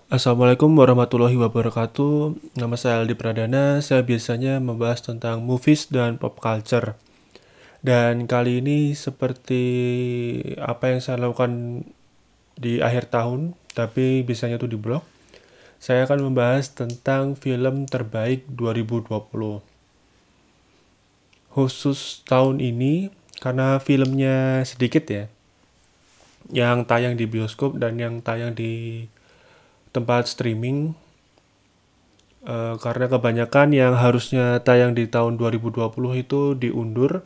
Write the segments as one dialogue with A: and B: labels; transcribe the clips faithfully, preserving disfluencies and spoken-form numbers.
A: Assalamualaikum warahmatullahi wabarakatuh. Nama saya Aldi Pradana. Saya biasanya membahas tentang movies dan pop culture. Dan kali ini seperti apa yang saya lakukan di akhir tahun, tapi biasanya itu di blog, saya akan membahas tentang film terbaik dua ribu dua puluh. Khusus tahun ini, karena filmnya sedikit ya, yang tayang di bioskop dan yang tayang di tempat streaming. Eh, karena kebanyakan yang harusnya tayang di tahun dua ribu dua puluh itu diundur.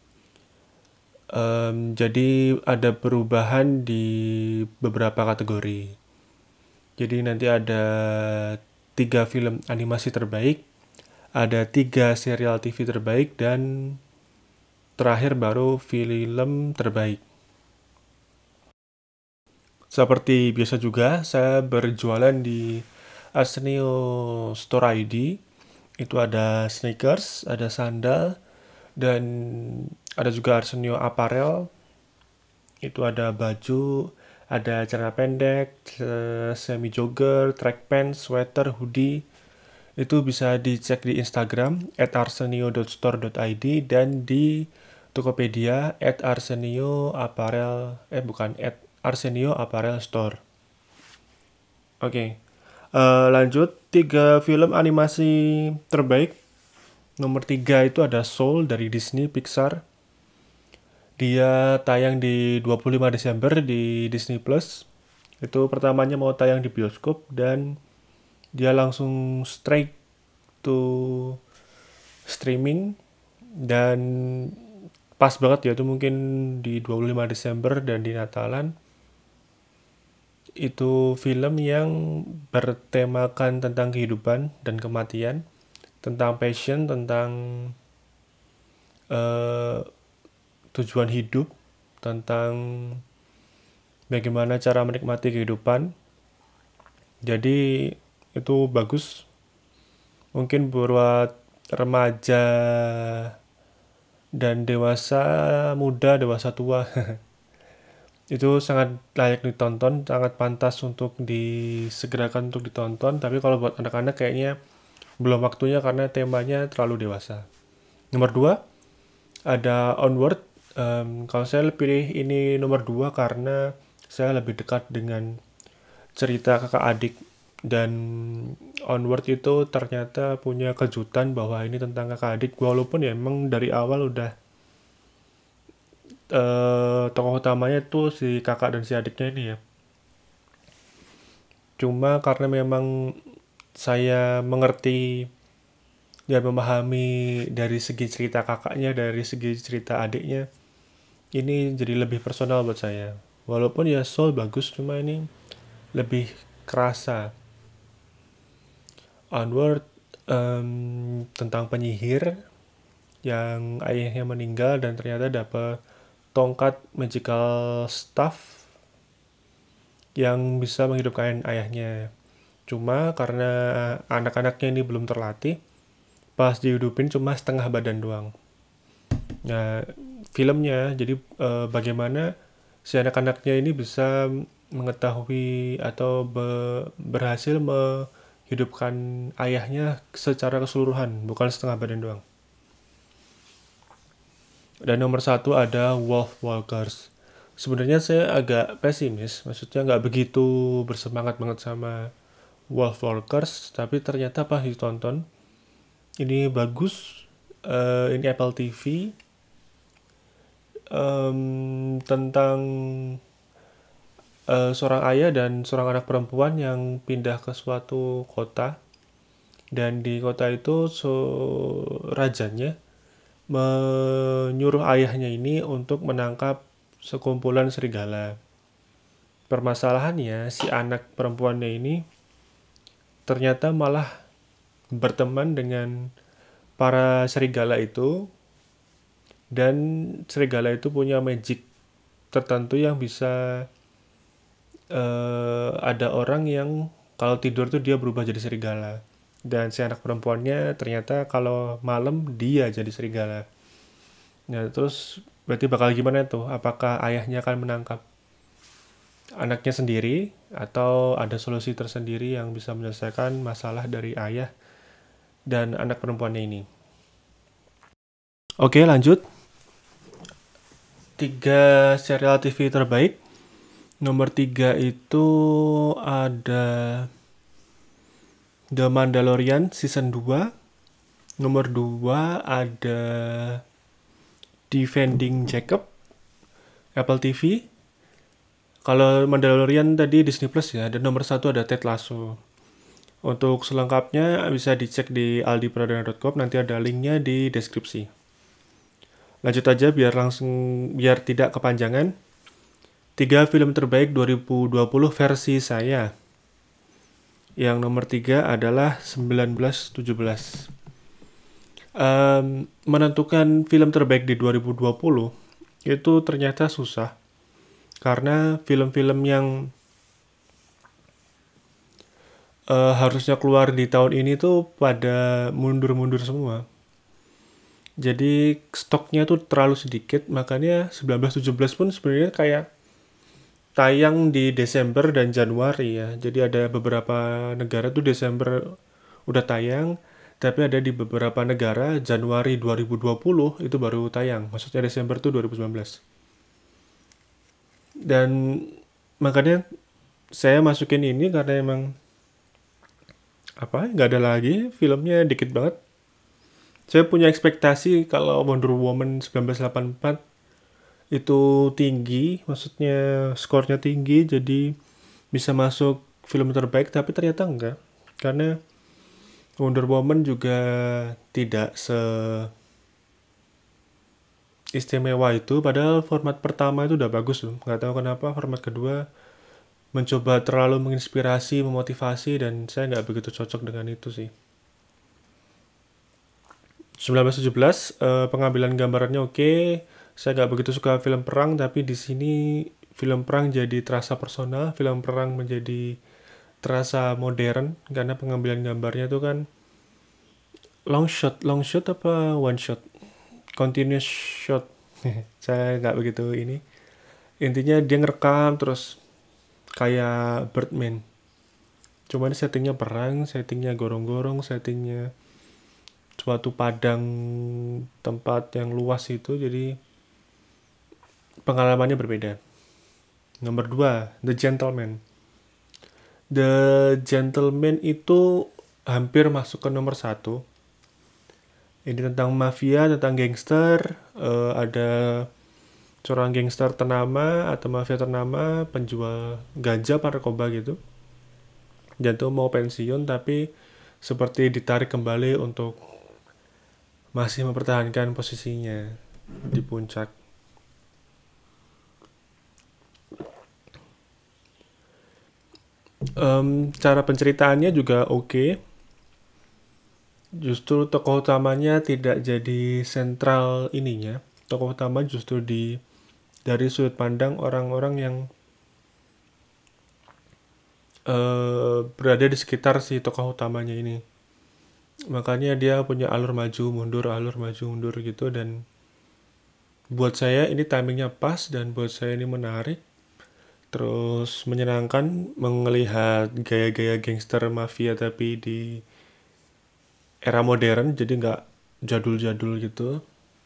A: Em, jadi ada perubahan di beberapa kategori. Jadi nanti ada tiga film animasi terbaik, ada tiga serial T V terbaik, dan terakhir baru film terbaik. Seperti biasa juga, saya berjualan di Arsenio Store I D. Itu ada sneakers, ada sandal, dan ada juga Arsenio Apparel. Itu ada baju, ada celana pendek, semi jogger, track pants, sweater, hoodie. Itu bisa dicek di Instagram at arsenio dot store dot i d dan di Tokopedia at arsenio apparel eh bukan at arsenio apparel store. Oke. Okay. Uh, lanjut, tiga film animasi terbaik. Nomor tiga itu ada Soul dari Disney Pixar. Dia tayang di dua puluh lima Desember di Disney Plus. Itu pertamanya mau tayang di bioskop dan dia langsung straight to streaming, dan pas banget ya, itu mungkin di dua puluh lima Desember dan di Natalan. Itu film yang bertemakan tentang kehidupan dan kematian, tentang passion, tentang uh, tujuan hidup, tentang bagaimana cara menikmati kehidupan. Jadi itu bagus. Mungkin buat remaja dan dewasa muda, dewasa tua. Itu sangat layak ditonton, sangat pantas untuk disegerakan untuk ditonton. Tapi kalau buat anak-anak kayaknya belum waktunya karena temanya terlalu dewasa. Nomor dua, ada Onward. Um, kalau saya pilih ini nomor dua karena saya lebih dekat dengan cerita kakak adik, dan Onward itu ternyata punya kejutan bahwa ini tentang kakak adik, walaupun ya emang dari awal udah uh, tokoh utamanya tuh si kakak dan si adiknya ini ya. Cuma karena memang saya mengerti dan memahami dari segi cerita kakaknya, dari segi cerita adiknya, ini jadi lebih personal buat saya. Walaupun ya Soul bagus, cuma ini lebih kerasa. Onward um, tentang penyihir yang ayahnya meninggal dan ternyata dapat tongkat magical staff yang bisa menghidupkan ayahnya. Cuma karena anak-anaknya ini belum terlatih, pas dihidupin cuma setengah badan doang. Nah, filmnya jadi e, bagaimana si anak-anaknya ini bisa mengetahui atau be, berhasil menghidupkan ayahnya secara keseluruhan, bukan setengah badan doang. Dan nomor satu ada Wolf Walkers. Sebenarnya saya agak pesimis, maksudnya nggak begitu bersemangat banget sama Wolf Walkers, tapi ternyata pas ditonton ini bagus. Uh, ini Apple T V, um, tentang uh, seorang ayah dan seorang anak perempuan yang pindah ke suatu kota, dan di kota itu so, rajanya menyuruh ayahnya ini untuk menangkap sekumpulan serigala. Permasalahannya, si anak perempuannya ini ternyata malah berteman dengan para serigala itu, dan serigala itu punya magic tertentu yang bisa uh, ada orang yang kalau tidur tuh dia berubah jadi serigala, dan si anak perempuannya ternyata kalau malam dia jadi serigala. Nah terus berarti bakal gimana tuh, apakah ayahnya akan menangkap anaknya sendiri atau ada solusi tersendiri yang bisa menyelesaikan masalah dari ayah dan anak perempuannya ini. Oke, lanjut. Tiga serial T V terbaik. Nomor tiga itu ada The Mandalorian season dua. Nomor dua ada Defending Jacob, Apple T V. Kalau Mandalorian tadi Disney Plus ya, dan nomor satu ada Ted Lasso. Untuk selengkapnya bisa dicek di aldi pradana dot com, nanti ada linknya di deskripsi. Lanjut aja biar langsung biar tidak kepanjangan. Tiga film terbaik dua ribu dua puluh versi saya. Yang nomor tiga adalah sembilan belas tujuh belas. Um, menentukan film terbaik di dua ribu dua puluh itu ternyata susah. Karena film-film yang uh, harusnya keluar di tahun ini tuh pada mundur-mundur semua. Jadi stoknya tuh terlalu sedikit, makanya sembilan belas tujuh belas pun sebenarnya kayak tayang di Desember dan Januari ya. Jadi ada beberapa negara tuh Desember udah tayang, tapi ada di beberapa negara Januari dua ribu dua puluh itu baru tayang. Maksudnya Desember tuh dua ribu sembilan belas. Dan makanya saya masukin ini karena emang apa nggak ada lagi, filmnya dikit banget. Saya punya ekspektasi kalau Wonder Woman seribu sembilan ratus delapan puluh empat itu tinggi, maksudnya skornya tinggi, jadi bisa masuk film terbaik, tapi ternyata enggak. Karena Wonder Woman juga tidak se istimewa itu, padahal format pertama itu udah bagus loh. Nggak tahu kenapa format kedua mencoba terlalu menginspirasi, memotivasi, dan saya nggak begitu cocok dengan itu sih. sembilan belas tujuh belas eh, pengambilan gambarannya oke. Saya nggak begitu suka film perang, tapi di sini film perang jadi terasa personal, film perang menjadi terasa modern karena pengambilan gambarnya tuh kan long shot, long shot apa one shot, continuous shot. Saya nggak begitu ini. Intinya dia ngerekam terus kayak Birdman. Cuma ini settingnya perang, settingnya gorong-gorong, settingnya suatu padang tempat yang luas itu, jadi pengalamannya berbeda. Nomor dua, The Gentleman. The Gentleman itu hampir masuk ke nomor satu. Ini tentang mafia, tentang gangster, uh, ada seorang gangster ternama atau mafia ternama, penjual ganja, narkoba gitu. Dan tuh mau pensiun tapi seperti ditarik kembali untuk masih mempertahankan posisinya di puncak. Um, cara penceritaannya juga oke. Okay. Justru tokoh utamanya tidak jadi sentral ininya. Tokoh utama justru di dari sudut pandang orang-orang yang uh, berada di sekitar si tokoh utamanya ini. Makanya dia punya alur maju mundur, alur maju mundur gitu, dan buat saya ini timingnya pas dan buat saya ini menarik. Terus menyenangkan melihat gaya-gaya gangster mafia tapi di era modern, jadi nggak jadul-jadul gitu.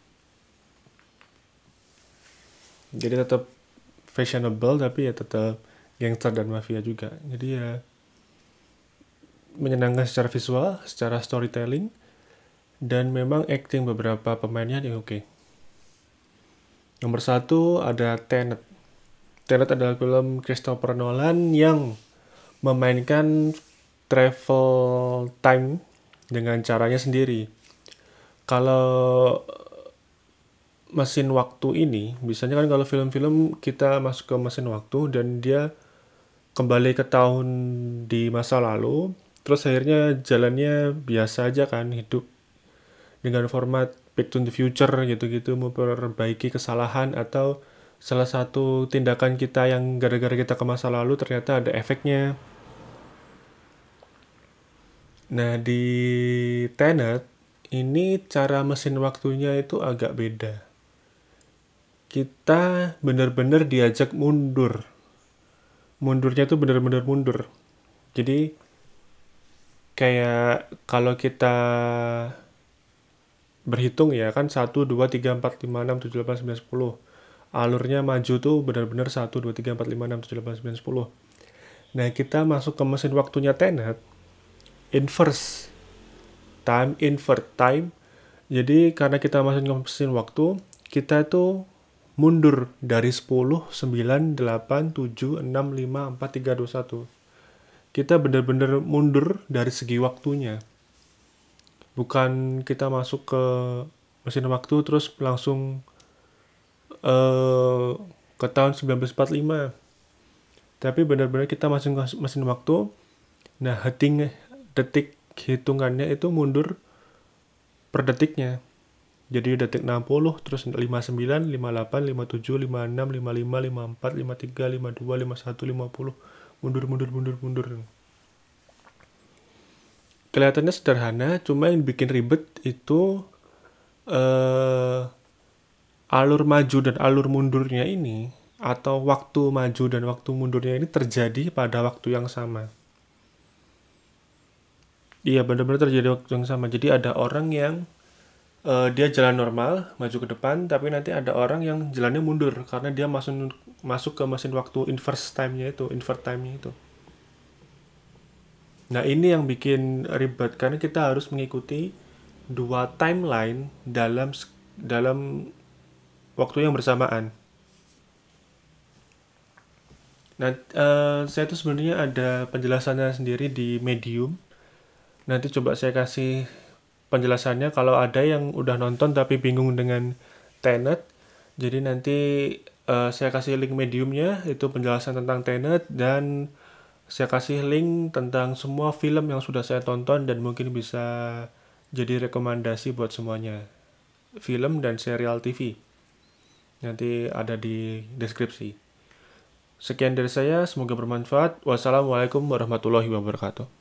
A: Jadi tetap fashionable tapi ya tetap gangster dan mafia juga. Jadi ya menyenangkan secara visual, secara storytelling, dan memang acting beberapa pemainnya yang oke. Okay. Nomor satu ada Tenet. Tenet adalah film Christopher Nolan yang memainkan travel time dengan caranya sendiri. Kalau mesin waktu ini, biasanya kan kalau film-film kita masuk ke mesin waktu dan dia kembali ke tahun di masa lalu, terus akhirnya jalannya biasa aja kan, hidup dengan format Back to the Future gitu-gitu, memperbaiki kesalahan atau salah satu tindakan kita yang gara-gara kita ke masa lalu ternyata ada efeknya. Nah, di Tenet ini cara mesin waktunya itu agak beda. Kita benar-benar diajak mundur mundurnya tuh bener-bener mundur. Jadi kayak kalau kita berhitung ya kan satu, dua, tiga, empat, lima, enam, tujuh, delapan, sembilan, sepuluh. Alurnya maju tuh benar-benar satu, dua, tiga, empat, lima, enam, tujuh, delapan, sembilan, sepuluh. Nah, kita masuk ke mesin waktunya Tenet, inverse, time, invert time. Jadi karena kita masuk ke mesin waktu, kita tuh mundur dari sepuluh, sembilan, delapan, tujuh, enam, lima, empat, tiga, dua, satu. Kita benar-benar mundur dari segi waktunya. Bukan kita masuk ke mesin waktu terus langsung eh, ke tahun seribu sembilan ratus empat puluh lima. Tapi benar-benar kita masuk ke mesin waktu. Nah, heting, detik hitungannya itu mundur per detiknya. Jadi detik enam puluh, terus lima puluh sembilan, lima puluh delapan, lima puluh tujuh, lima puluh enam, lima puluh lima, lima puluh empat, lima puluh tiga, lima puluh dua, lima puluh satu, lima puluh. Mundur, mundur, mundur, mundur. Kelihatannya sederhana, cuma yang bikin ribet itu eh, alur maju dan alur mundurnya ini, atau waktu maju dan waktu mundurnya ini terjadi pada waktu yang sama. Iya, benar-benar terjadi waktu yang sama. Jadi ada orang yang eh, dia jalan normal, maju ke depan, tapi nanti ada orang yang jalannya mundur karena dia masuk masuk ke mesin waktu inverse time-nya itu, invert time-nya itu. Nah, ini yang bikin ribet karena kita harus mengikuti dua timeline dalam dalam waktu yang bersamaan. Nah, eh, saya tuh sebenarnya ada penjelasannya sendiri di Medium. Nanti coba saya kasih penjelasannya kalau ada yang udah nonton tapi bingung dengan Tenet. Jadi nanti eh, saya kasih link Mediumnya, itu penjelasan tentang Tenet, dan saya kasih link tentang semua film yang sudah saya tonton dan mungkin bisa jadi rekomendasi buat semuanya. Film dan serial T V. Nanti ada di deskripsi. Sekian dari saya, semoga bermanfaat. Wassalamualaikum warahmatullahi wabarakatuh.